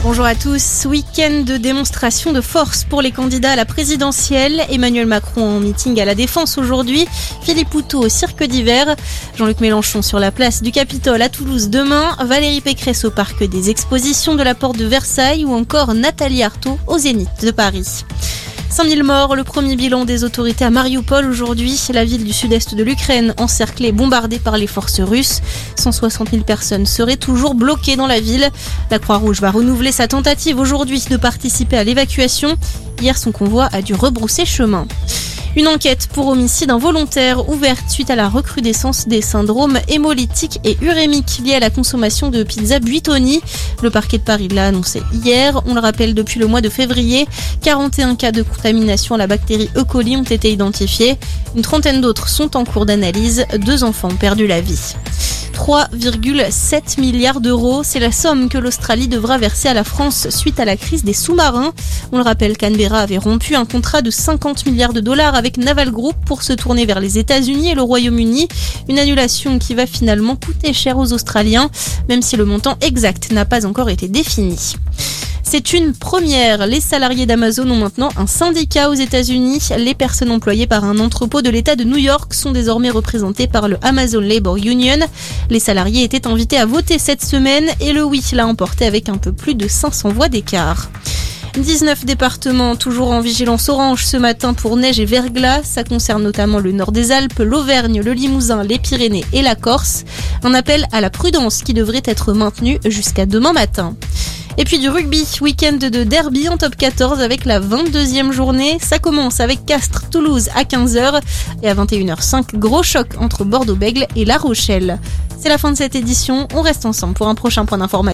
Bonjour à tous. Week-end de démonstration de force pour les candidats à la présidentielle. Emmanuel Macron en meeting à la Défense aujourd'hui. Philippe Poutou au Cirque d'hiver. Jean-Luc Mélenchon sur la place du Capitole à Toulouse demain. Valérie Pécresse au parc des Expositions de la Porte de Versailles ou encore Nathalie Arthaud au Zénith de Paris. 5000 morts, le premier bilan des autorités à Mariupol aujourd'hui. La ville du sud-est de l'Ukraine encerclée, bombardée par les forces russes. 160 000 personnes seraient toujours bloquées dans la ville. La Croix-Rouge va renouveler sa tentative aujourd'hui de participer à l'évacuation. Hier, son convoi a dû rebrousser chemin. Une enquête pour homicide involontaire ouverte suite à la recrudescence des syndromes hémolytiques et urémiques liés à la consommation de pizza Buitoni. Le parquet de Paris l'a annoncé hier. On le rappelle, depuis le mois de février, 41 cas de contamination à la bactérie E. coli ont été identifiés. Une trentaine d'autres sont en cours d'analyse. 2 enfants ont perdu la vie. 3,7 milliards d'euros, c'est la somme que l'Australie devra verser à la France suite à la crise des sous-marins. On le rappelle, Canberra avait rompu un contrat de 50 milliards de dollars avec Naval Group pour se tourner vers les États-Unis et le Royaume-Uni. Une annulation qui va finalement coûter cher aux Australiens, même si le montant exact n'a pas encore été défini. C'est une première. Les salariés d'Amazon ont maintenant un syndicat aux États-Unis. Les personnes employées par un entrepôt de l'État de New York sont désormais représentées par le Amazon Labor Union. Les salariés étaient invités à voter cette semaine et le oui l'a emporté avec un peu plus de 500 voix d'écart. 19 départements toujours en vigilance orange ce matin pour neige et verglas. Ça concerne notamment le nord des Alpes, l'Auvergne, le Limousin, les Pyrénées et la Corse. Un appel à la prudence qui devrait être maintenu jusqu'à demain matin. Et puis du rugby, week-end de derby en top 14 avec la 22e journée. Ça commence avec Castres-Toulouse à 15h et à 21h05, gros choc entre Bordeaux-Bègles et La Rochelle. C'est la fin de cette édition, on reste ensemble pour un prochain point d'information.